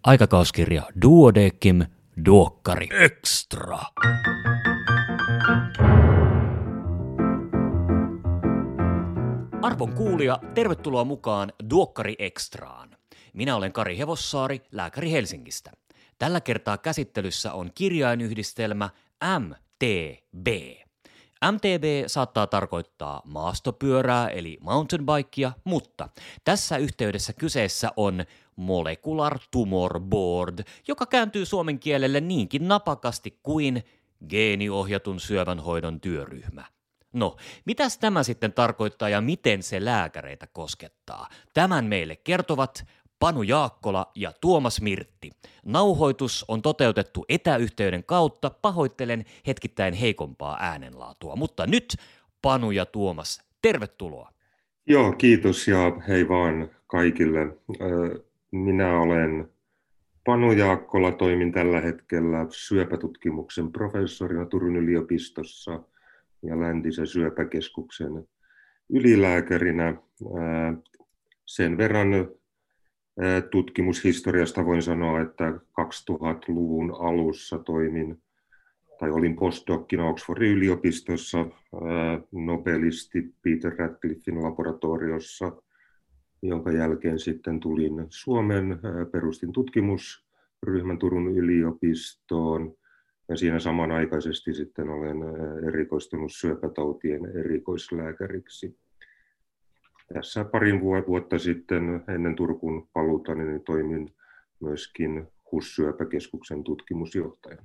Aikakauskirja Duodeckim Duokkari Extra. Arvon kuulija, tervetuloa mukaan Duokkari Extraan. Minä olen Kari Hevossaari, lääkäri Helsingistä. Tällä kertaa käsittelyssä on kirjainyhdistelmä MTB. MTB saattaa tarkoittaa maastopyörää eli mountain bikea, mutta tässä yhteydessä kyseessä on Molecular Tumor Board, joka kääntyy suomen kielelle niinkin napakasti kuin geeniohjatun syövänhoidon työryhmä. No, mitäs tämä sitten tarkoittaa ja miten se lääkäreitä koskettaa? Tämän meille kertovat Panu Jaakkola ja Tuomas Mirtti. Nauhoitus on toteutettu etäyhteyden kautta, pahoittelen hetkittäin heikompaa äänenlaatua. Mutta nyt Panu ja Tuomas, tervetuloa. Joo, kiitos ja hei vaan kaikille. Minä olen Panu Jaakkola, toimin tällä hetkellä syöpätutkimuksen professorina Turun yliopistossa ja Läntisen syöpäkeskuksen ylilääkärinä. Sen verran tutkimushistoriasta voin sanoa, että 2000-luvun alussa olin postdoccina Oxfordin yliopistossa nobelisti Peter Ratcliffin laboratoriossa, jonka jälkeen sitten tulin Suomeen, perustin tutkimusryhmän Turun yliopistoon ja siinä samanaikaisesti sitten olen erikoistunut syöpätautien erikoislääkäriksi. Tässä parin vuotta sitten ennen Turkuun paluuta niin toimin myöskin HUS-syöpäkeskuksen tutkimusjohtajana.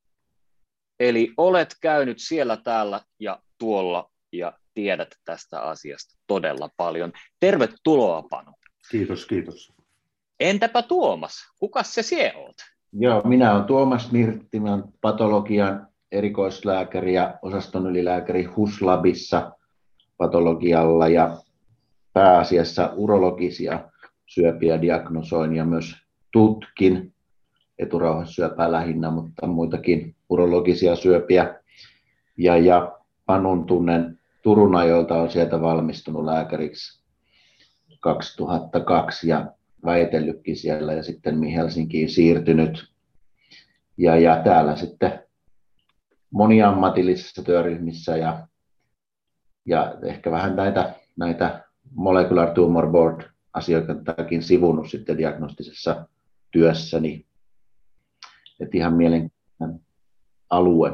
Eli olet käynyt siellä, täällä ja tuolla ja tiedät tästä asiasta todella paljon. Tervetuloa, Panu. Kiitos, kiitos. Entäpä Tuomas, kukas se sie oot? Joo, minä olen Tuomas Mirtti, mä olen patologian erikoislääkäri ja osaston ylilääkäri HUS-labissa patologialla ja pääasiassa urologisia syöpiä diagnosoin ja myös tutkin eturauhassyöpää lähinnä, mutta muitakin urologisia syöpiä. Ja Panun tunnen Turun ajoilta, on sieltä valmistunut lääkäriksi 2002 ja väitellytkin siellä ja sitten Helsinkiin siirtynyt. Ja täällä sitten moniammatillisissa työryhmissä ja ehkä vähän näitä Molecular Tumor Board-asioitakin sivunut sitten diagnostisessa työssäni. Et ihan mielenkiintoinen alue.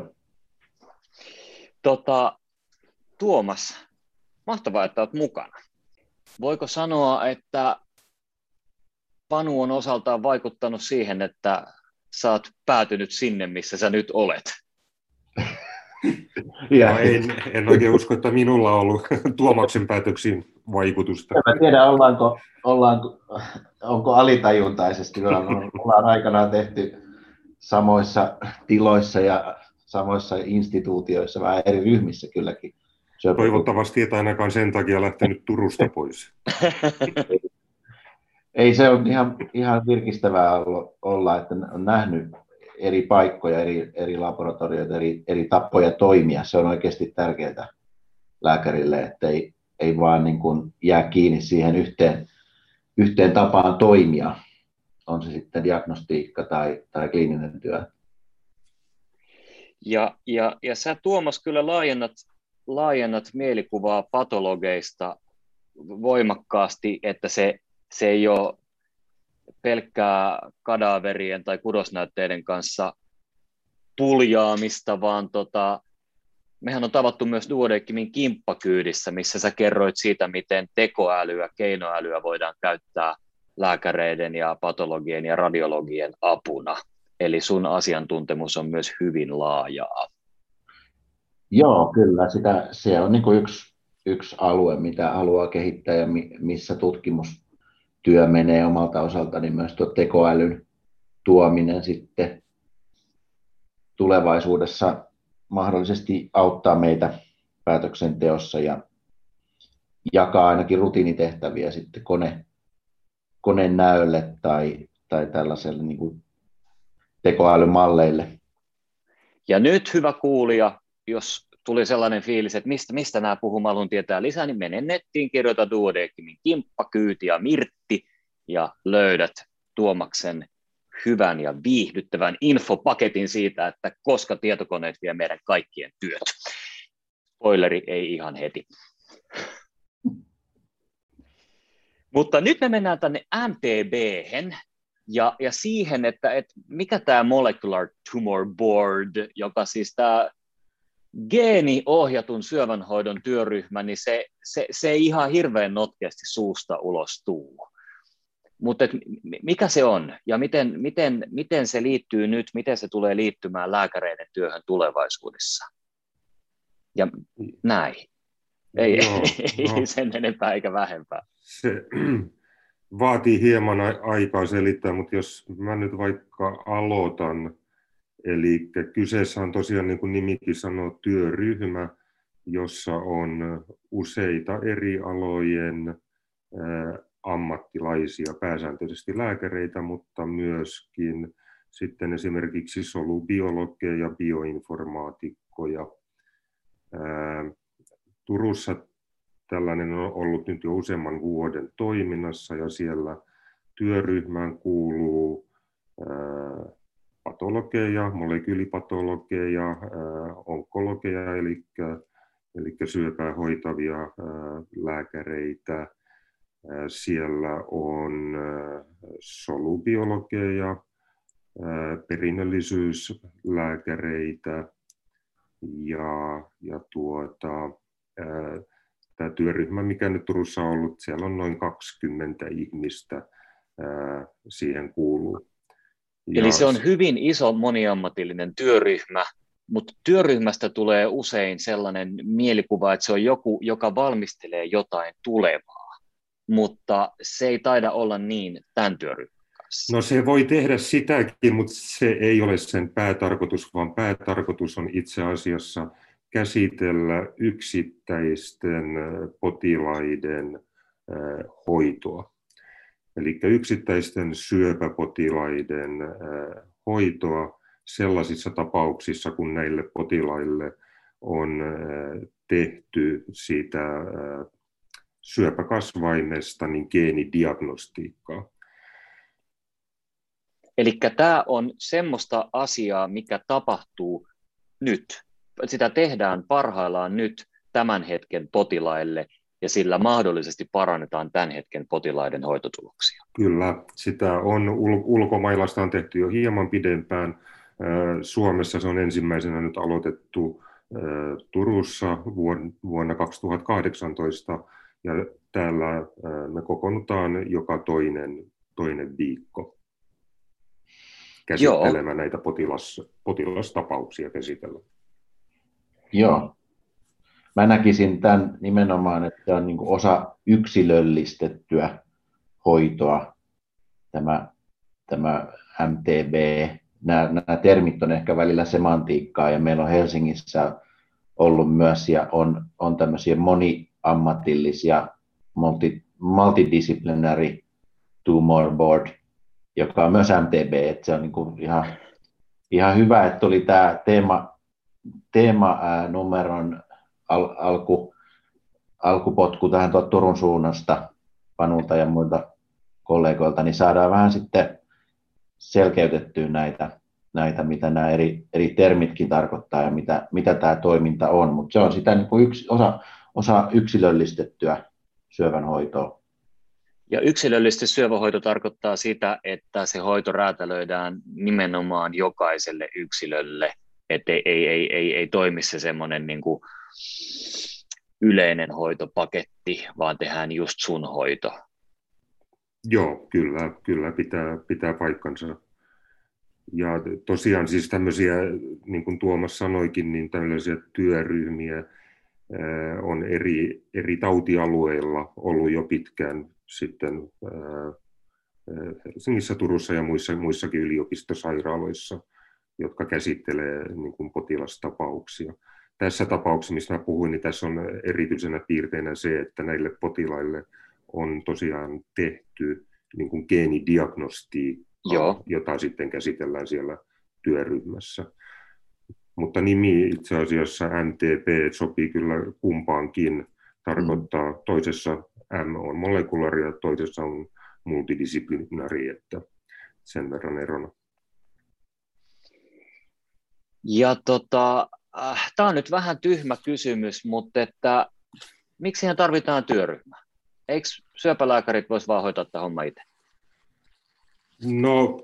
Tuomas, mahtavaa, että olet mukana. Voiko sanoa, että Panu on osaltaan vaikuttanut siihen, että sä oot päätynyt sinne, missä sä nyt olet? Ja en oikein usko, että minulla on ollut Tuomaksen päätöksiin vaikutusta. En tiedä, onko alitajuntaisesti. Me ollaan aikanaan tehty samoissa tiloissa ja samoissa instituutioissa, vähän eri ryhmissä kylläkin. Toivottavasti et ainakaan sen takia lähtenyt Turusta pois. Ei se on ihan virkistävää olla, että on nähnyt eri paikkoja, eri laboratorioita, eri tapoja toimia. Se on oikeasti tärkeää lääkärille, että ei vaan niin kuin jää kiinni siihen yhteen tapaan toimia. On se sitten diagnostiikka tai kliininen työ. Ja sä, Tuomas, kyllä laajennat mielikuvaa patologeista voimakkaasti, että se ei ole pelkkää kadaverien tai kudosnäytteiden kanssa puljaamista, vaan mehän on tavattu myös Duodeckimin kimppakyydissä, missä sä kerroit siitä, miten tekoälyä, keinoälyä voidaan käyttää lääkäreiden ja patologien ja radiologien apuna. Eli sun asiantuntemus on myös hyvin laajaa. Joo, kyllä. Se on niin kuin yksi alue, mitä haluaa kehittää ja missä tutkimustyö menee omalta osaltani, niin myös tuo tekoälyn tuominen sitten tulevaisuudessa mahdollisesti auttaa meitä päätöksenteossa ja jakaa ainakin rutiinitehtäviä sitten koneen näölle tai tällaiselle niin kuin tekoälymalleille. Ja nyt, hyvä kuulija, jos tuli sellainen fiilis, että mistä nämä puhuu, mä haluan tietää lisää, niin mene nettiin, kirjoita Duodeckimin kimppakyyti ja Mirtti ja löydät Tuomaksen hyvän ja viihdyttävän infopaketin siitä, että koska tietokoneet vie meidän kaikkien työt. Spoileri ei ihan heti. Mutta nyt me mennään tänne MTB:hen ja siihen, että mikä tämä Molecular Tumor Board, joka siis tämä geeniohjatun syövänhoidon työryhmä, niin se ei ihan hirveän notkeasti suusta ulos tuu. Mutta mikä se on ja miten se liittyy nyt, miten se tulee liittymään lääkäreiden työhön tulevaisuudessa? Ja näin. Ei sen enempää eikä vähempää. Se vaatii hieman aikaa selittää, mutta jos mä nyt vaikka aloitan, eli kyseessä on tosiaan, niin kuin nimikin sanoo, työryhmä, jossa on useita eri alojen ammattilaisia, pääsääntöisesti lääkäreitä, mutta myöskin sitten esimerkiksi solubiologeja, bioinformaatikkoja. Turussa tällainen on ollut nyt jo useamman vuoden toiminnassa ja siellä työryhmään kuuluu patologeja, molekyylipatologeja, onkologeja, eli syöpää hoitavia lääkäreitä. Siellä on solubiologeja, perinnöllisyyslääkäreitä ja tämä työryhmä, mikä nyt Turussa on ollut, siellä on noin 20 ihmistä siihen kuuluu. Eli se on hyvin iso moniammatillinen työryhmä, mutta työryhmästä tulee usein sellainen mielikuva, että se on joku, joka valmistelee jotain tulevaa, mutta se ei taida olla niin tämän työryhmän kanssa. No se voi tehdä sitäkin, mutta se ei ole sen päätarkoitus, vaan päätarkoitus on itse asiassa käsitellä yksittäisten potilaiden hoitoa. Eli yksittäisten syöpäpotilaiden hoitoa sellaisissa tapauksissa, kun näille potilaille on tehty siitä syöpäkasvaimesta niin geenidiagnostiikkaa. Eli tämä on semmoista asiaa, mikä tapahtuu nyt. Sitä tehdään parhaillaan nyt tämän hetken potilaille, ja sillä mahdollisesti parannetaan tämän hetken potilaiden hoitotuloksia. Kyllä, sitä on ulkomailla sitä on tehty jo hieman pidempään. Suomessa se on ensimmäisenä nyt aloitettu Turussa vuonna 2018, ja täällä me kokoonnutaan joka toinen viikko käsittelemään näitä potilastapauksia käsitellä. Joo. Mä näkisin tämän nimenomaan, että on niin kuin osa yksilöllistettyä hoitoa, tämä MTB. Nämä termit on ehkä välillä semantiikkaa, ja meillä on Helsingissä ollut myös, ja on tämmöisiä moniammatillisia multidisciplinary tumor board, joka on myös MTB, että se on niin kuin ihan hyvä, että tuli tämä teemanumeron alkupotku tähän Turun suunnasta Panulta ja muilta kollegoilta, niin saadaan vähän sitten selkeytettyä näitä mitä nämä eri termitkin tarkoittaa ja mitä tämä toiminta on, mutta se on sitä niin kuin osa yksilöllistettyä syövänhoitoa. Ja yksilöllisesti syövähoito tarkoittaa sitä, että se hoito räätälöidään nimenomaan jokaiselle yksilölle, että ei toimi se semmoinen niin kuin yleinen hoitopaketti, vaan tehdään just sun hoito. Joo, kyllä pitää paikkansa. Ja tosiaan siis tämmöisiä, niin kuin Tuomas sanoikin, niin tällaisia työryhmiä on eri tautialueilla ollut jo pitkään sitten Helsingissä, Turussa ja muissakin yliopistosairaaloissa, jotka käsittelee niin kuin potilastapauksia. Tässä tapauksessa, mistä mä puhuin, niin tässä on erityisenä piirteinä se, että näille potilaille on tosiaan tehty niin kuin geenidiagnostiikkaa, jota sitten käsitellään siellä työryhmässä. Mutta nimi itse asiassa MTB sopii kyllä kumpaankin. Tarkoittaa toisessa M on molekulaari ja toisessa on multidisciplinary, että sen verran erona. Ja tämä on nyt vähän tyhmä kysymys, mutta että miksi siihen tarvitaan työryhmä? Eikö syöpälääkärit voisi vaan hoitaa tämä homma itse? No,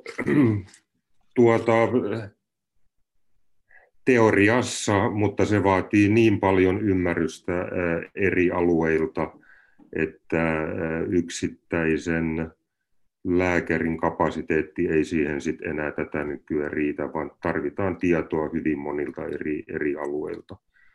teoriassa, mutta se vaatii niin paljon ymmärrystä eri alueilta, että yksittäisen lääkärin kapasiteetti ei siihen sit enää tätä nykyään riitä, vaan tarvitaan tietoa hyvin monilta eri alueilta.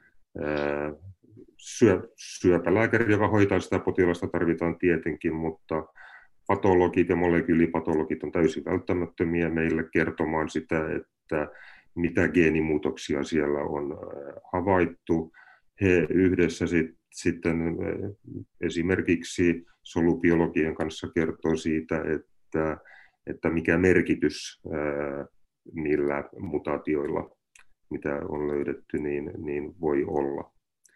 Syöpälääkäri, joka hoitaa sitä potilasta, tarvitaan tietenkin, mutta patologit ja molekyylipatologit on täysin välttämättömiä meille kertomaan sitä, että mitä geenimuutoksia siellä on havaittu. He yhdessä sitten esimerkiksi solubiologien kanssa kertoo siitä, että mikä merkitys niillä mutaatioilla, mitä on löydetty, niin voi olla.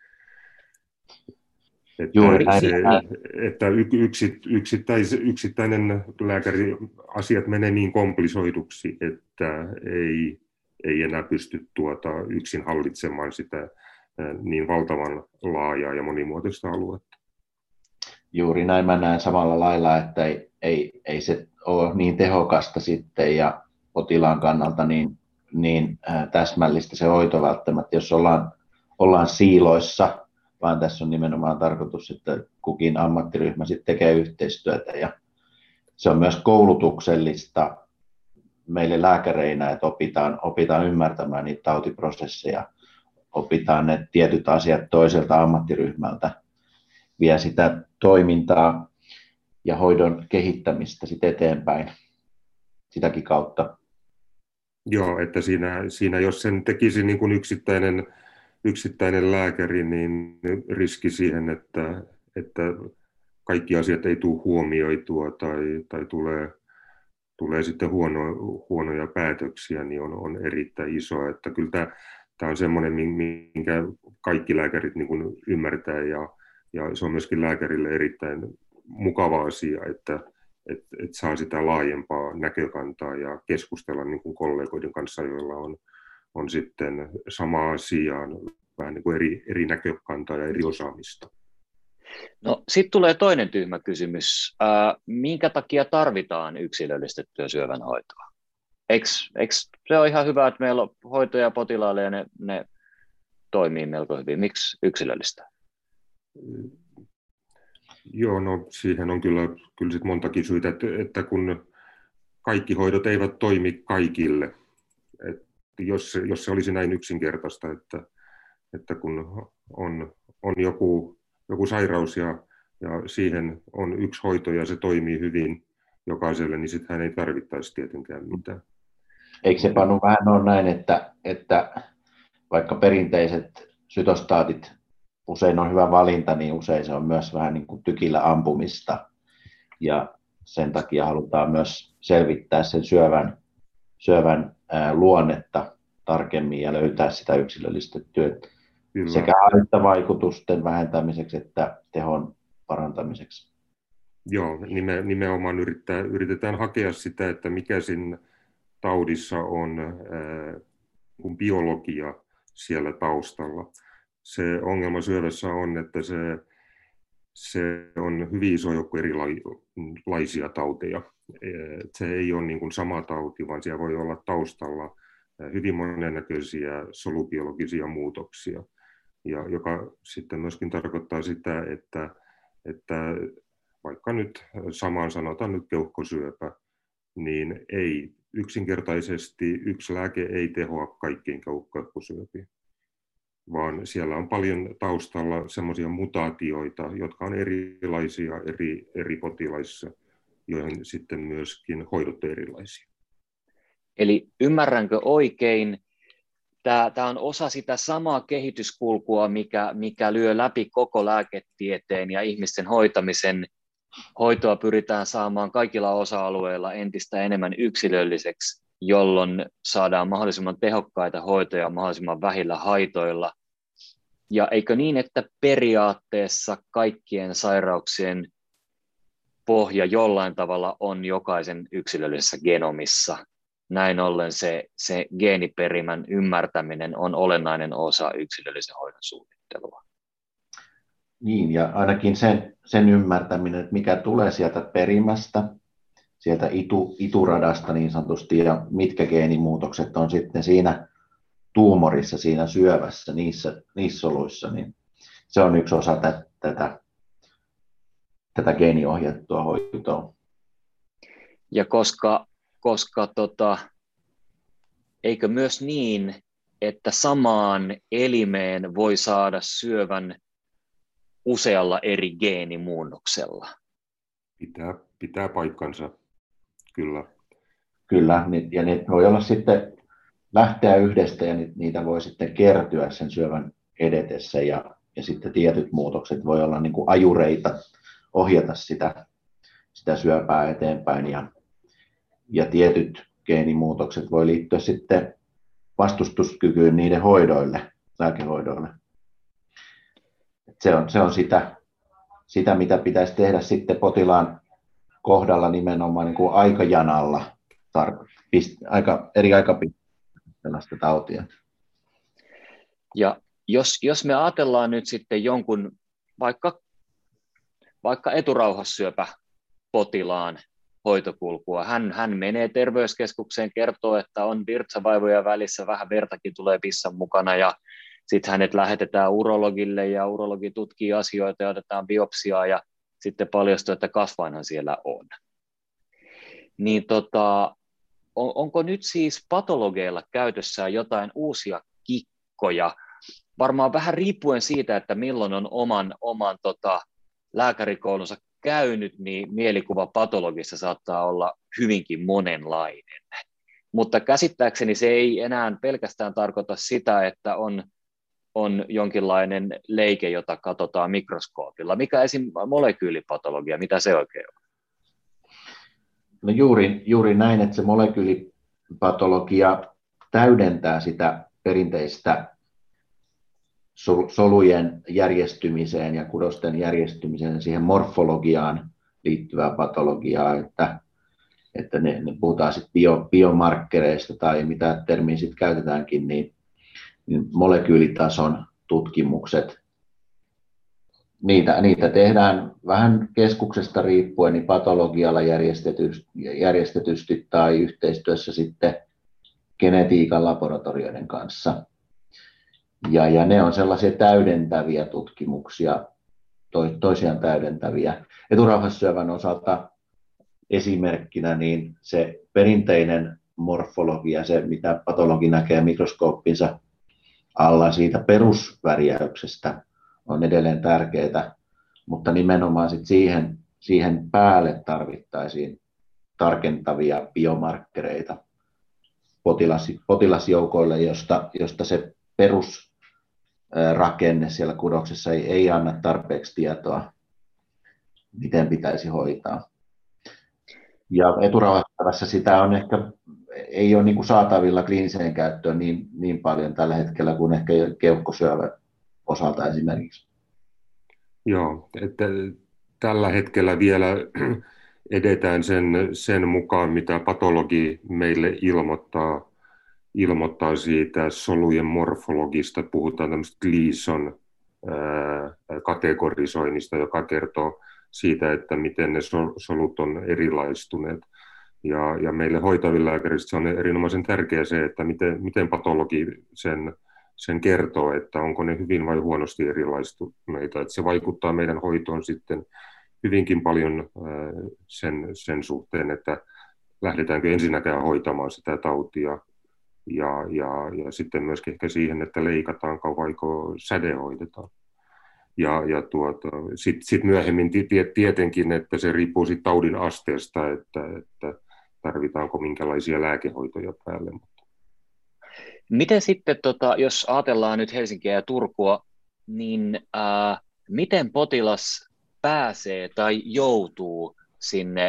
Että yksittäinen lääkäri asiat menee niin komplisoiduksi, että ei enää pysty yksin hallitsemaan sitä niin valtavan laajaa ja monimuotoista aluetta. Juuri näin mä näen samalla lailla, että ei se ole niin tehokasta sitten ja potilaan kannalta niin täsmällistä se hoito välttämättä, jos ollaan siiloissa, vaan tässä on nimenomaan tarkoitus, että kukin ammattiryhmä sitten tekee yhteistyötä ja se on myös koulutuksellista meille lääkäreinä, että opitaan ymmärtämään niitä tautiprosesseja, opitaan ne tietyt asiat toiselta ammattiryhmältä, vie sitä toimintaa ja hoidon kehittämistä sitten eteenpäin sitäkin kautta. Joo, että siinä jos sen tekisi niin kuin yksittäinen lääkäri, niin riski siihen, että kaikki asiat ei tule huomioitua tai tulee sitten huonoja päätöksiä, niin on erittäin iso. Että kyllä tämä on semmoinen, minkä kaikki lääkärit niin kuin ymmärtää ja se on myöskin lääkärille erittäin mukava asia, että saa sitä laajempaa näkökantaa ja keskustella niin kuin kollegoiden kanssa, joilla on sitten sama asiaan vähän niin kuin eri näkökantaa ja eri osaamista. No sitten tulee toinen tyhmä kysymys. Minkä takia tarvitaan yksilöllistettyä syövänhoitoa? Eikö se ole ihan hyvä, että meillä on hoitoja potilaalle ja ne toimii melko hyvin? Miksi yksilöllistä? Joo, no siihen on kyllä sit montakin syytä, että kun kaikki hoidot eivät toimi kaikille. Jos se olisi näin yksinkertaista, että kun on joku sairaus ja siihen on yksi hoito ja se toimii hyvin jokaiselle, niin sitten hän ei tarvittaisi tietenkään mitään. Eikö se Panu vähän ole näin, että vaikka perinteiset sytostaatit usein on hyvä valinta, niin usein se on myös vähän niin kuin tykillä ampumista ja sen takia halutaan myös selvittää sen syövän luonnetta tarkemmin ja löytää sitä yksilöllistettyä sekä haittavaikutusten vähentämiseksi että tehon parantamiseksi. Joo, nimenomaan yritetään hakea sitä, että mikä siinä taudissa on biologia siellä taustalla. Se ongelma syövässä on, että se on hyvin iso joukko erilaisia tauteja. Se ei ole niin kuin sama tauti, vaan siellä voi olla taustalla hyvin monennäköisiä solubiologisia muutoksia, joka sitten myöskin tarkoittaa sitä, että vaikka nyt samaan sanotaan nyt keuhkosyöpä, niin ei yksinkertaisesti yksi lääke ei tehoa kaikkiin keuhkosyöpiin, vaan siellä on paljon taustalla semmoisia mutaatioita, jotka on erilaisia eri potilaissa, joihin sitten myöskin hoidot on erilaisia. Eli ymmärränkö oikein, tämä on osa sitä samaa kehityskulkua, mikä lyö läpi koko lääketieteen ja ihmisten hoitamisen. Hoitoa pyritään saamaan kaikilla osa-alueilla entistä enemmän yksilölliseksi, jolloin saadaan mahdollisimman tehokkaita hoitoja mahdollisimman vähillä haitoilla. Ja eikö niin, että periaatteessa kaikkien sairauksien pohja jollain tavalla on jokaisen yksilöllisessä genomissa. Näin ollen se geeniperimän ymmärtäminen on olennainen osa yksilöllisen hoidon suunnittelua. Niin, ja ainakin sen ymmärtäminen, että mikä tulee sieltä perimästä, sieltä ituradasta niin sanotusti, ja mitkä geenimuutokset on sitten siinä tuumorissa, siinä syövässä, niissä soluissa, niin se on yksi osa tätä geeniohjattua hoitoa. Ja koska eikö myös niin, että samaan elimeen voi saada syövän usealla eri geenimuunnoksella? Pitää paikkansa, kyllä. Kyllä, ja ne voi olla sitten lähteä yhdestä ja niitä voi sitten kertyä sen syövän edetessä ja sitten tietyt muutokset voi olla niin kuin ajureita ohjata sitä syöpää eteenpäin ja tietyt geenimuutokset voi liittyä sitten vastustuskykyyn niiden hoidoille, lääkehoidoille. Se on sitä, mitä pitäisi tehdä sitten potilaan kohdalla nimenomaan niin kuin aikajanalla, eri aikapisteellä sitä tautia. Ja jos me ajatellaan nyt sitten jonkun vaikka eturauhassyöpäpotilaan hoitokulkua, hän menee terveyskeskukseen, kertoo, että on virtsavaivoja välissä, vähän vertakin tulee pissan mukana ja sitten hänet lähetetään urologille ja urologi tutkii asioita ja otetaan biopsiaa ja sitten paljastuu, että kasvainhan siellä on. Niin onko nyt siis patologeilla käytössään jotain uusia kikkoja, varmaan vähän riippuen siitä, että milloin on oman lääkärikoulunsa käynyt, niin mielikuva patologista saattaa olla hyvinkin monenlainen. Mutta käsittääkseni se ei enää pelkästään tarkoita sitä, että on jonkinlainen leike, jota katsotaan mikroskoopilla. Mikä esim. Molekyylipatologia, mitä se oikein on? No juuri näin, että se molekyylipatologia täydentää sitä perinteistä solujen järjestymiseen ja kudosten järjestymiseen, siihen morfologiaan liittyvää patologiaa, että ne puhutaan sitten biomarkkereista tai mitä termiä sitten käytetäänkin, niin molekyylitason tutkimukset, niitä tehdään vähän keskuksesta riippuen niin patologialla järjestetysti tai yhteistyössä sitten genetiikan laboratorioiden kanssa. Ja ne on sellaisia täydentäviä tutkimuksia, toisiaan täydentäviä. Eturauhassyövän osalta esimerkkinä niin se perinteinen morfologia, se mitä patologi näkee mikroskooppinsa alla siitä perusvärjäyksestä on edelleen tärkeää, mutta nimenomaan sit siihen päälle tarvittaisiin tarkentavia biomarkkereita potilasjoukoille, josta se perusrakenne siellä kudoksessa ei anna tarpeeksi tietoa, miten pitäisi hoitaa. Ja eturauhassyövässä sitä on ehkä, ei ole niin kuin saatavilla kliiniseen käyttöön niin paljon tällä hetkellä kuin ehkä keuhkosyövän osalta esimerkiksi. Joo, että tällä hetkellä vielä edetään sen mukaan, mitä patologi meille ilmoittaa siitä solujen morfologista. Puhutaan tämmöistä Gleason kategorisoinnista, joka kertoo siitä, että miten ne solut on erilaistuneet. Ja meille hoitavilla lääkäristä se on erinomaisen tärkeää se, että miten patologi sen kertoo, että onko ne hyvin vai huonosti erilaistuneita. Että se vaikuttaa meidän hoitoon sitten hyvinkin paljon sen suhteen, että lähdetäänkö ensinnäkään hoitamaan sitä tautia ja sitten myöskin ehkä siihen, että leikataanko vaiko sädehoidetaan. Ja sitten myöhemmin tietenkin, että se riippuu sit taudin asteesta, että tarvitaanko minkälaisia lääkehoitoja päälle. Miten sitten, jos ajatellaan nyt Helsinkiä ja Turkua, niin miten potilas pääsee tai joutuu sinne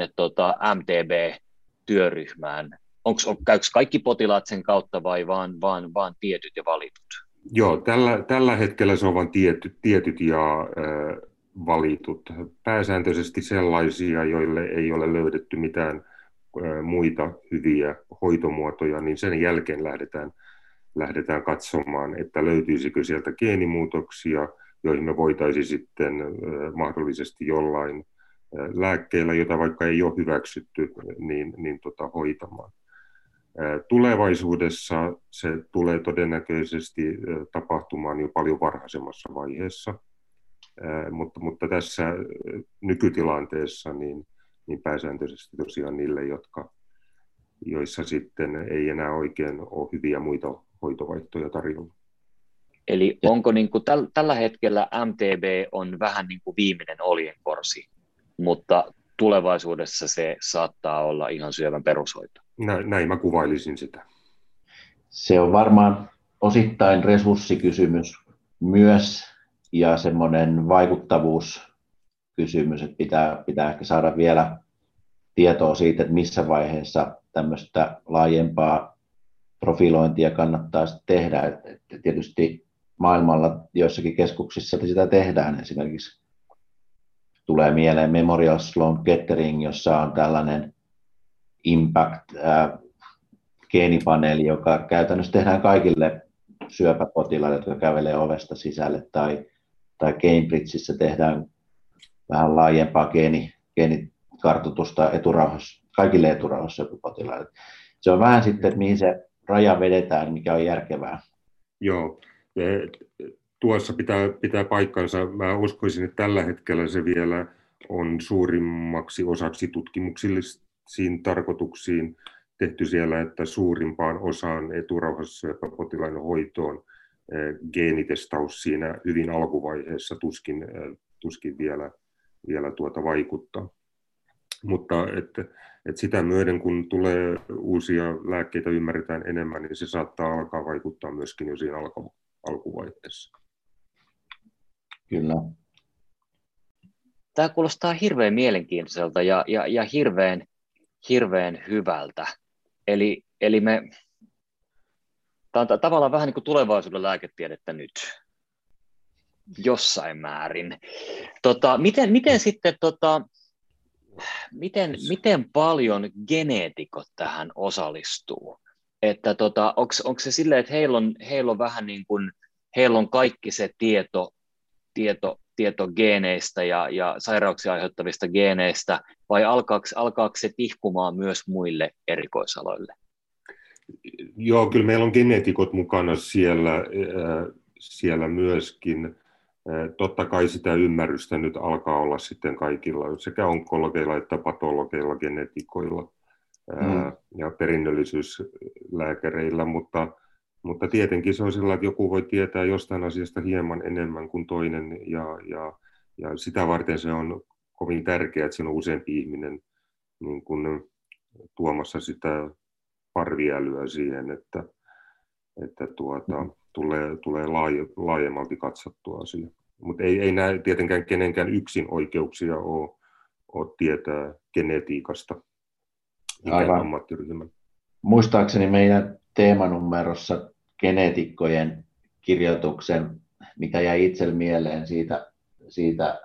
MTB-työryhmään? Käykö kaikki potilaat sen kautta vai vaan tietyt ja valitut? Joo, tällä hetkellä se on vain tietyt ja valitut. Pääsääntöisesti sellaisia, joille ei ole löydetty mitään muita hyviä hoitomuotoja, niin sen jälkeen lähdetään katsomaan, että löytyisikö sieltä geenimuutoksia, joihin me voitaisiin sitten mahdollisesti jollain lääkkeellä, jota vaikka ei ole hyväksytty, niin hoitamaan. Tulevaisuudessa se tulee todennäköisesti tapahtumaan jo paljon varhaisemmassa vaiheessa, mutta tässä nykytilanteessa niin pääsääntöisesti tosiaan niille, joissa sitten ei enää oikein ole hyviä muita hoitovaihtoehtoja tarjolla. Eli onko niin kuin tällä hetkellä MTB on vähän niin kuin viimeinen oljenkorsi, mutta tulevaisuudessa se saattaa olla ihan syövän perushoito? Näin mä kuvailisin sitä. Se on varmaan osittain resurssikysymys myös ja semmoinen vaikuttavuuskysymys, että pitää ehkä saada vielä tietoa siitä, että missä vaiheessa tämmöistä laajempaa profilointia kannattaa tehdä. Että tietysti maailmalla joissakin keskuksissa sitä tehdään. Esimerkiksi tulee mieleen Memorial Sloan Kettering, jossa on tällainen Impact-geenipaneeli, joka käytännössä tehdään kaikille syöpäpotilaille, jotka kävelee ovesta sisälle, tai Cambridgeissa tehdään vähän laajempaa geenikartoitusta kaikille eturauhassyöpäpotilaille. Se on vähän sitten, että mihin se raja vedetään, mikä on järkevää. Joo, tuossa pitää paikkansa. Mä uskoisin, että tällä hetkellä se vielä on suurimmaksi osaksi tutkimuksellisiin tarkoituksiin tehty siellä, että suurimpaan osaan eturauhassyöpäpotilaiden hoitoon geenitestaus siinä hyvin alkuvaiheessa tuskin vielä vaikuttaa. Mutta että sitä myöden, kun tulee uusia lääkkeitä, ymmärretään enemmän, niin se saattaa alkaa vaikuttaa myöskin jo siinä alkuvaiheessa. Kyllä. Tämä kuulostaa hirveän mielenkiintoiselta ja hirveän hyvältä. Eli tämä on tavallaan vähän niin kuin tulevaisuuden lääketiedettä nyt, jossain määrin. Miten paljon geneetikot tähän osallistuu? Että onko se silleen, että heillä on vähän niin kuin, heillä on kaikki se tieto geeneistä ja sairauksia aiheuttavista geeneistä, vai alkaako se tihkumaan myös muille erikoisaloille? Joo, kyllä meillä on geneetikot mukana siellä myöskin. Totta kai sitä ymmärrystä nyt alkaa olla sitten kaikilla, sekä onkologeilla että patologeilla, genetikoilla ja perinnöllisyyslääkäreillä, mutta tietenkin se on sillä, että joku voi tietää jostain asiasta hieman enemmän kuin toinen, ja sitä varten se on kovin tärkeää, että siinä on useampi ihminen niin kuin tuomassa sitä parviälyä siihen, että tulee laajemmalti katsottua asia. Mutta ei näe tietenkään kenenkään yksin oikeuksia ole tietää genetiikasta. Aivan. Muistaakseni meidän teemanumerossa geneetikkojen kirjoituksen, mikä jäi itselle mieleen siitä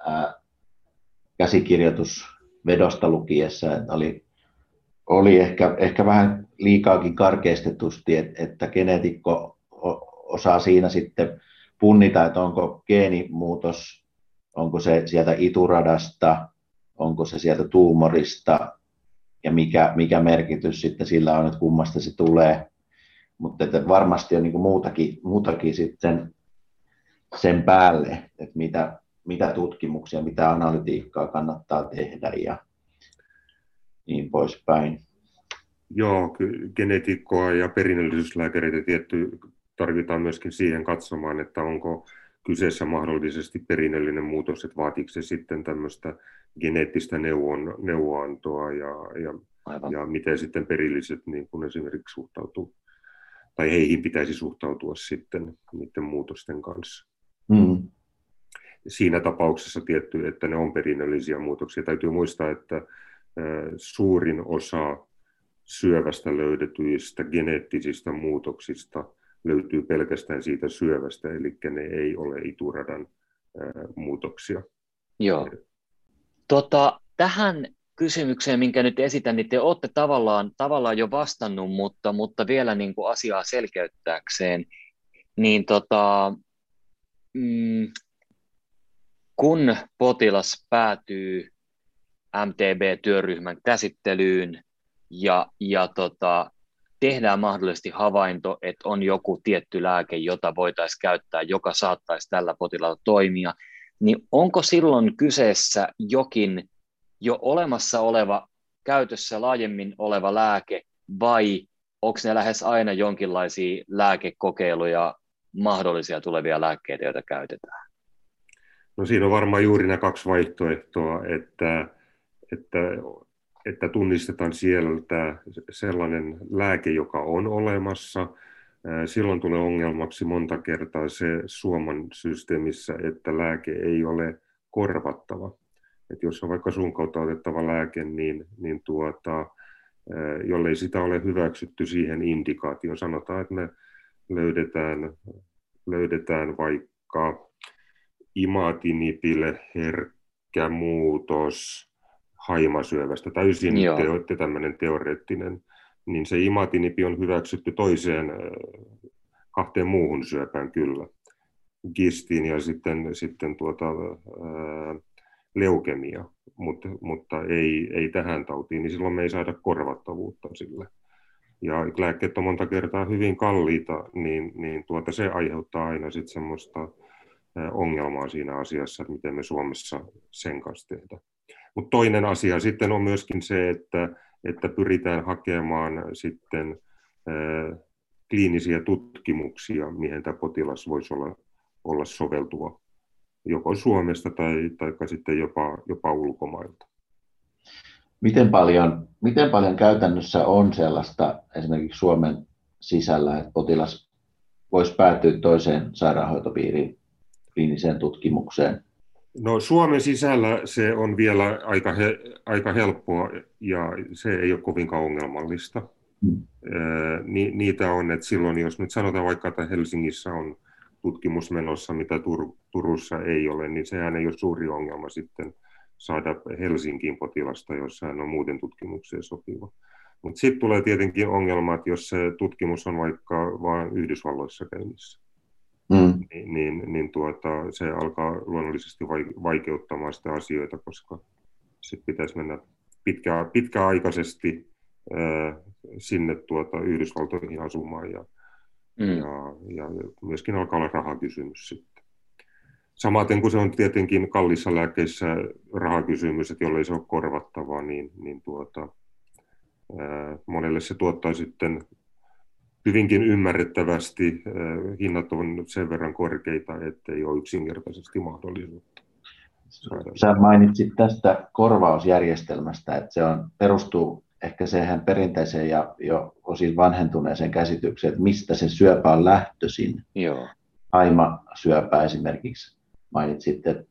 käsikirjoitusvedosta lukiessa, että oli ehkä vähän liikaakin karkeistetusti, että geneetikko osaa siinä sitten punnita, että onko geenimuutos, onko se sieltä ituradasta, onko se sieltä tuumorista ja mikä merkitys sitten sillä on, että kummasta se tulee. Mutta että varmasti on niin kuin muutakin sitten sen päälle, että mitä tutkimuksia, mitä analytiikkaa kannattaa tehdä ja niin poispäin. Joo, geneetikkoa ja perinnöllisyyslääkäreitä tietty tarvitaan myöskin siihen katsomaan, että onko kyseessä mahdollisesti perinnöllinen muutos, että vaatiiko se sitten tämmöistä geneettistä neuvoantoa ja miten sitten perilliset niin kun esimerkiksi suhtautuu, tai heihin pitäisi suhtautua sitten niiden muutosten kanssa. Siinä tapauksessa tietty, että ne on perinnöllisiä muutoksia. Täytyy muistaa, että suurin osa syövästä löydetyistä geneettisistä muutoksista löytyy pelkästään siitä syövästä, eli ne ei ole ituradan muutoksia. Joo. Tähän kysymykseen, minkä nyt esitän, niin te olette tavallaan jo vastannut, mutta vielä niin kuin asiaa selkeyttääkseen, niin kun potilas päätyy MTB-työryhmän käsittelyyn ja tehdään mahdollisesti havainto, että on joku tietty lääke, jota voitaisiin käyttää, joka saattaisi tällä potilaalla toimia, niin onko silloin kyseessä jokin jo olemassa oleva, käytössä laajemmin oleva lääke, vai onko ne lähes aina jonkinlaisia lääkekokeiluja, mahdollisia tulevia lääkkeitä, joita käytetään? No siinä on varmaan juuri nämä kaksi vaihtoehtoa, että tunnistetaan sieltä sellainen lääke, joka on olemassa. Silloin tulee ongelmaksi monta kertaa se Suomen systeemissä, että lääke ei ole korvattava. Että jos on vaikka suun kautta otettava lääke, niin jollei sitä ole hyväksytty siihen indikaatioon, sanotaan, että me löydetään vaikka imatinibille herkkä muutos haimasyövästä, täysin tämmöinen teoreettinen, niin se imatinibi on hyväksytty kahteen muuhun syöpään kyllä, gistiin ja sitten leukemia, mutta ei tähän tautiin, niin silloin me ei saada korvattavuutta sille. Ja lääkkeet on monta kertaa hyvin kalliita, niin se aiheuttaa aina sitten semmoista ongelmaa siinä asiassa, että miten me Suomessa sen kanssa tehdään. Mutta toinen asia sitten on myöskin se, että pyritään hakemaan sitten kliinisiä tutkimuksia, mihin tämä potilas voisi olla soveltuva, joko Suomesta tai sitten jopa ulkomailta. Miten paljon käytännössä on sellaista esimerkiksi Suomen sisällä, että potilas voisi päätyä toiseen sairaanhoitopiiriin kliiniseen tutkimukseen? No Suomen sisällä se on vielä aika helppoa ja se ei ole kovinkaan ongelmallista. Niitä on, että silloin jos nyt sanotaan vaikka, että Helsingissä on tutkimus menossa, mitä Turussa ei ole, niin sehän ei ole suuri ongelma sitten saada Helsinkiin potilasta, jos hän on muuten tutkimukseen sopiva. Mutta sitten tulee tietenkin ongelma, että jos se tutkimus on vaikka vain Yhdysvalloissa käynnissä, niin se alkaa luonnollisesti vaikeuttamaan sitä asioita, koska sitten pitäisi mennä pitkäaikaisesti sinne Yhdysvaltoihin asumaan ja myöskin alkaa olla rahakysymys sitten. Samaten kuin se on tietenkin kalliissa lääkkeissä rahakysymys, että jollei se ole korvattavaa, niin monelle se tuottaa sitten hyvinkin ymmärrettävästi. Hinnat on sen verran korkeita, ettei ole yksinkertaisesti mahdollisuutta saada. Sä mainitsit tästä korvausjärjestelmästä, että se perustuu ehkä siihen perinteiseen ja jo osin vanhentuneeseen käsitykseen, että mistä se syöpä on lähtöisin. Joo. Aimasyöpä esimerkiksi mainitsit, että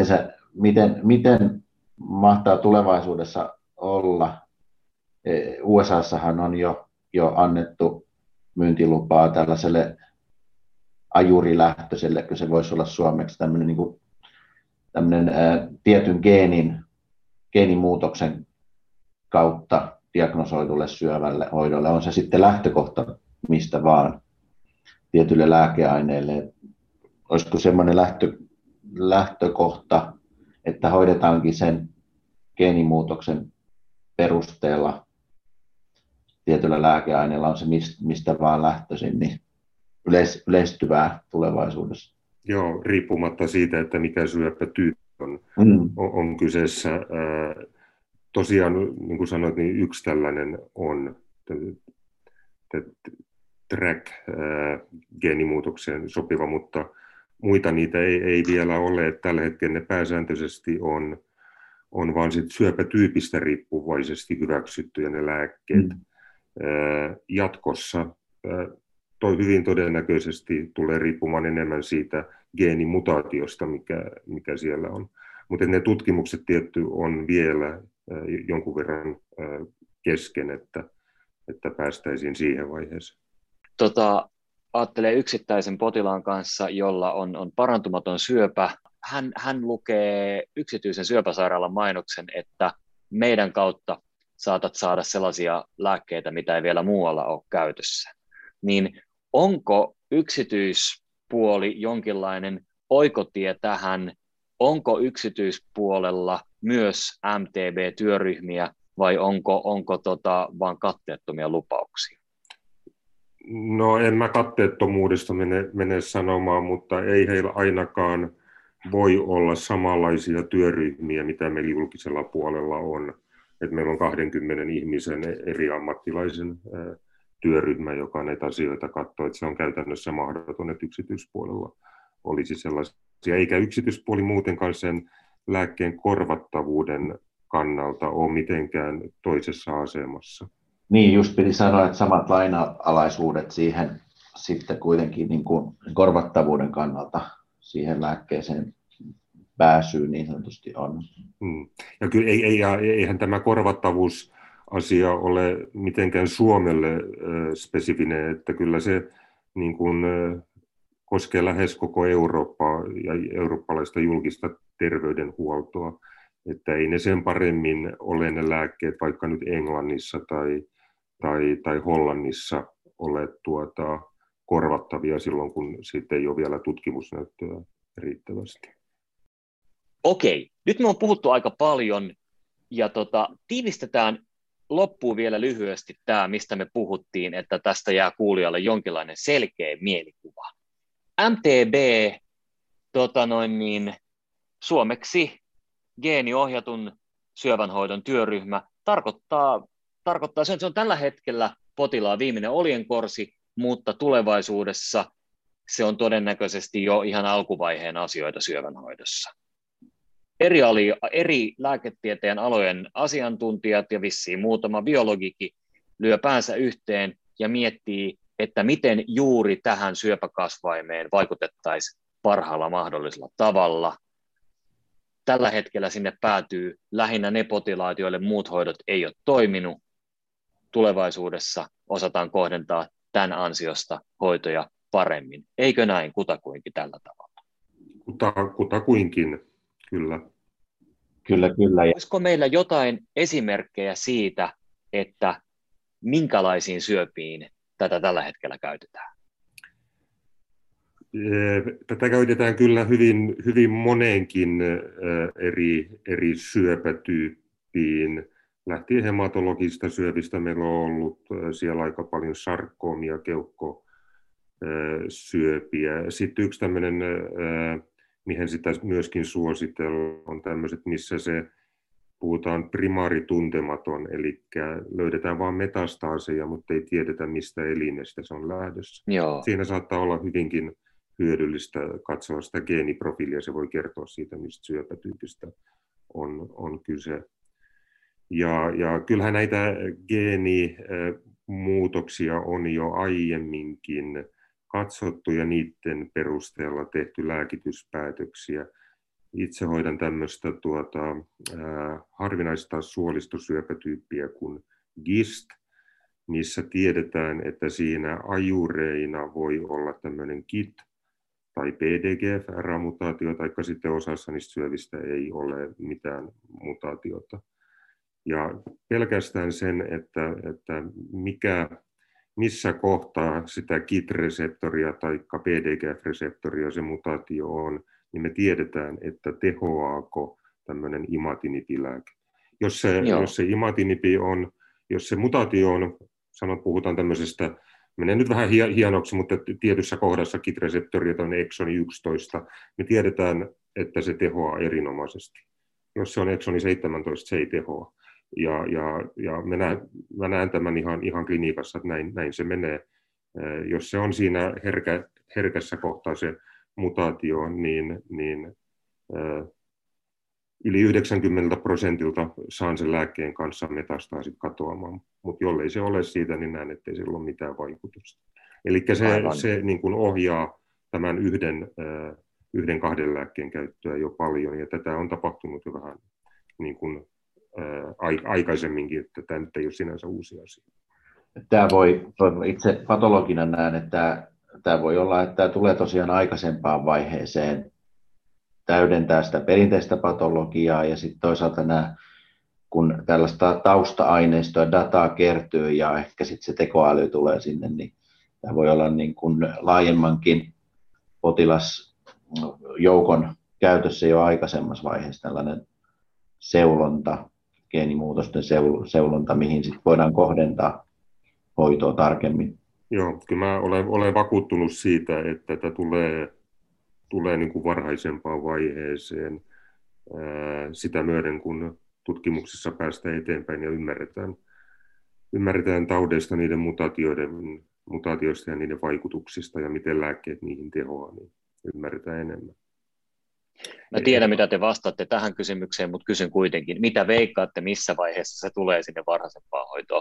miten mahtaa tulevaisuudessa olla. USAssahan on jo annettu myyntilupaa tällaiselle ajurilähtöiselle, kun se voisi olla suomeksi tämmöinen tietyn geenimuutoksen kautta diagnosoidulle syövälle hoidolle. On se sitten lähtökohta mistä vaan tietylle lääkeaineelle. Olisiko semmoinen lähtökohta, että hoidetaankin sen geenimuutoksen perusteella tietyllä lääkeaineella, on se mistä vaan lähtöisin, niin yleistyvää tulevaisuudessa. Joo, riippumatta siitä, että mikä syöpätyyppi on kyseessä. Tosiaan, niin kuin sanoit, niin yksi tällainen on TRAC-geenimuutokseen sopiva, mutta muita niitä ei vielä ole. Tällä hetkellä ne pääsääntöisesti on vain sit syöpätyypistä riippuvaisesti hyväksyttyjä ne lääkkeet. Jatkossa hyvin todennäköisesti tulee riippumaan enemmän siitä geenimutaatiosta, mikä siellä on. Mutta ne tutkimukset tietty on vielä jonkun verran kesken, että päästäisiin siihen vaiheeseen. Ajattelee yksittäisen potilaan kanssa, jolla on parantumaton syöpä. hän lukee yksityisen syöpäsairaalan mainoksen, että meidän kautta saatat saada sellaisia lääkkeitä, mitä ei vielä muualla ole käytössä. Niin onko yksityispuoli jonkinlainen oikotie tähän? Onko yksityispuolella myös MTB-työryhmiä vai onko vaan katteettomia lupauksia? No en mä katteettomuudesta mene sanomaan, mutta ei heillä ainakaan voi olla samanlaisia työryhmiä, mitä meillä julkisella puolella on. Et meillä on 20 ihmisen eri ammattilaisen työryhmä, joka näitä asioita katsoo, että se on käytännössä mahdoton, että yksityispuolella olisi sellaisia. Eikä yksityispuoli muutenkaan sen lääkkeen korvattavuuden kannalta ole mitenkään toisessa asemassa. Niin, just piti sanoa, että samat laina-alaisuudet siihen sitten kuitenkin niin kuin korvattavuuden kannalta siihen lääkkeeseen pääsyyn niin sanotusti on. Ja kyllä eihän tämä korvattavuusasia ole mitenkään Suomelle spesifinen, että kyllä se niin kuin koskee lähes koko Eurooppaa ja eurooppalaista julkista terveydenhuoltoa, että ei ne sen paremmin ole ne lääkkeet vaikka nyt Englannissa tai Hollannissa ole korvattavia silloin, kun siitä ei ole vielä tutkimusnäyttöä riittävästi. Okei, nyt me on puhuttu aika paljon ja tiivistetään loppuun vielä lyhyesti tämä, mistä me puhuttiin, että tästä jää kuulijalle jonkinlainen selkeä mielikuva. MTB, suomeksi geeniohjatun syövänhoidon työryhmä, tarkoittaa se on tällä hetkellä potilaan viimeinen oljenkorsi, mutta tulevaisuudessa se on todennäköisesti jo ihan alkuvaiheen asioita syövänhoidossa. Eri lääketieteen alojen asiantuntijat ja vissiin muutama biologikin lyö päänsä yhteen ja miettii, että miten juuri tähän syöpäkasvaimeen vaikutettaisiin parhaalla mahdollisella tavalla. Tällä hetkellä sinne päätyy lähinnä ne potilaat, joille muut hoidot ei ole toiminut. Tulevaisuudessa osataan kohdentaa tämän ansiosta hoitoja paremmin. Eikö näin kutakuinkin tällä tavalla? Kutakuinkin, kyllä. Kyllä. Olisiko meillä jotain esimerkkejä siitä, että minkälaisiin syöpiin tätä tällä hetkellä käytetään? Tätä käytetään kyllä hyvin moneenkin eri syöpätyyppiin. Lähtien hematologisista syövistä meillä on ollut siellä aika paljon sarkoomia, keuhkosyöpiä. Sitten yksi tämmöinen, mihin sitä myöskin suositellaan, on tämmöiset, missä se puhutaan primaarituntematon, eli löydetään vain metastaaseja, mutta ei tiedetä, mistä elinestä se on lähdössä. Joo. Siinä saattaa olla hyvinkin hyödyllistä katsoa sitä geeniprofiilia, se voi kertoa siitä, mistä syöpätyypistä on kyse. Ja kyllähän näitä geenimuutoksia on jo aiemminkin katsottu ja niiden perusteella tehty lääkityspäätöksiä. Itse hoidan tämmöistä harvinaista suolistosyöpätyyppiä kuin GIST, missä tiedetään, että siinä ajureina voi olla tämmöinen KIT tai PDGFR-mutaatio, tai sitten osassa niistä syövistä ei ole mitään mutaatiota. Ja pelkästään sen, että missä kohtaa sitä KIT-reseptoria tai PDGF-reseptoria se mutaatio on, niin me tiedetään, että tehoaako tämmöinen imatinib-lääke. Jos se imatinibi on, jos se mutaatio on, puhutaan tämmöisestä, menee nyt vähän hienoksi, mutta tietyssä kohdassa KIT-reseptoria on exoni 11, me tiedetään, että se tehoaa erinomaisesti. Jos se on exoni 17, se ei tehoa. Ja mä näen tämän ihan klinikassa, että näin se menee. Jos se on siinä herkässä kohtaa se mutaatio, niin yli 90% saan sen lääkkeen kanssa metastaasit katoamaan. Mutta jollei se ole siitä, niin näen, ettei sillä ole mitään vaikutusta. Eli se niin kuin ohjaa tämän yhden kahden lääkkeen käyttöä jo paljon, ja tätä on tapahtunut jo vähän niin kuin aikaisemminkin, että tämä nyt ei ole sinänsä uusi asia. Tämä itse patologina näen, että tämä voi olla, että tämä tulee tosiaan aikaisempaan vaiheeseen täydentää sitä perinteistä patologiaa ja sitten toisaalta kun tällaista tausta-aineistoa, dataa kertyy ja ehkä sitten se tekoäly tulee sinne, niin tämä voi olla niin kuin laajemmankin potilasjoukon käytössä jo aikaisemmassa vaiheessa tällainen seulonta, geenimuutosten seulonta, mihin sitten voidaan kohdentaa hoitoa tarkemmin. Joo, kyllä mä olen vakuuttunut siitä, että tämä tulee niin kuin varhaisempaan vaiheeseen sitä myöden, kun tutkimuksessa päästään eteenpäin ja ymmärretään taudeista, niiden mutaatioista ja niiden vaikutuksista ja miten lääkkeet niihin tehoaa, niin ymmärretään enemmän. Mä tiedän, mitä te vastaatte tähän kysymykseen, mutta kysyn kuitenkin, mitä veikkaatte, missä vaiheessa se tulee sinne varhaisempaan hoitoon?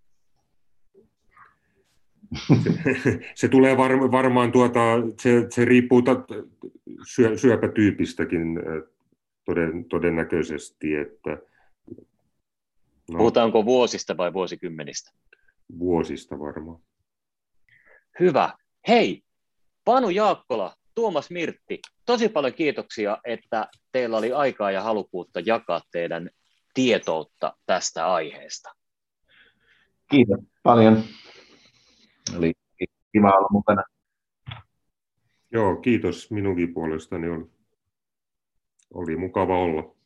Se tulee varmaan, se riippuu syöpätyypistäkin todennäköisesti, että puhutaanko vuosista vai vuosikymmenistä? Vuosista varmaan. Hyvä. Hei, Panu Jaakkola, Tuomas Mirtti, tosi paljon kiitoksia, että teillä oli aikaa ja halukkuutta jakaa teidän tietoutta tästä aiheesta. Kiitos paljon. Oli kiva olla mukana. Joo, kiitos minunkin puolestani. Oli mukava olla.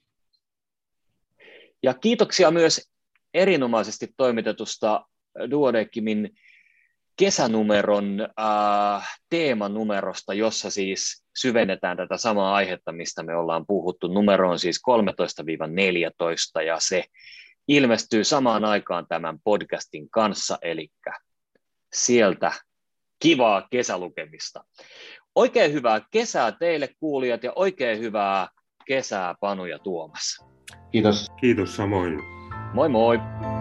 Ja kiitoksia myös erinomaisesti toimitetusta Duodecimin kesänumeron teemanumerosta, jossa siis syvennetään tätä samaa aihetta, mistä me ollaan puhuttu. Numero on siis 13-14 ja se ilmestyy samaan aikaan tämän podcastin kanssa, eli sieltä kivaa kesälukemista. Oikein hyvää kesää teille kuulijat ja oikein hyvää kesää Panu ja Tuomas. Kiitos. Kiitos samoin. Moi moi.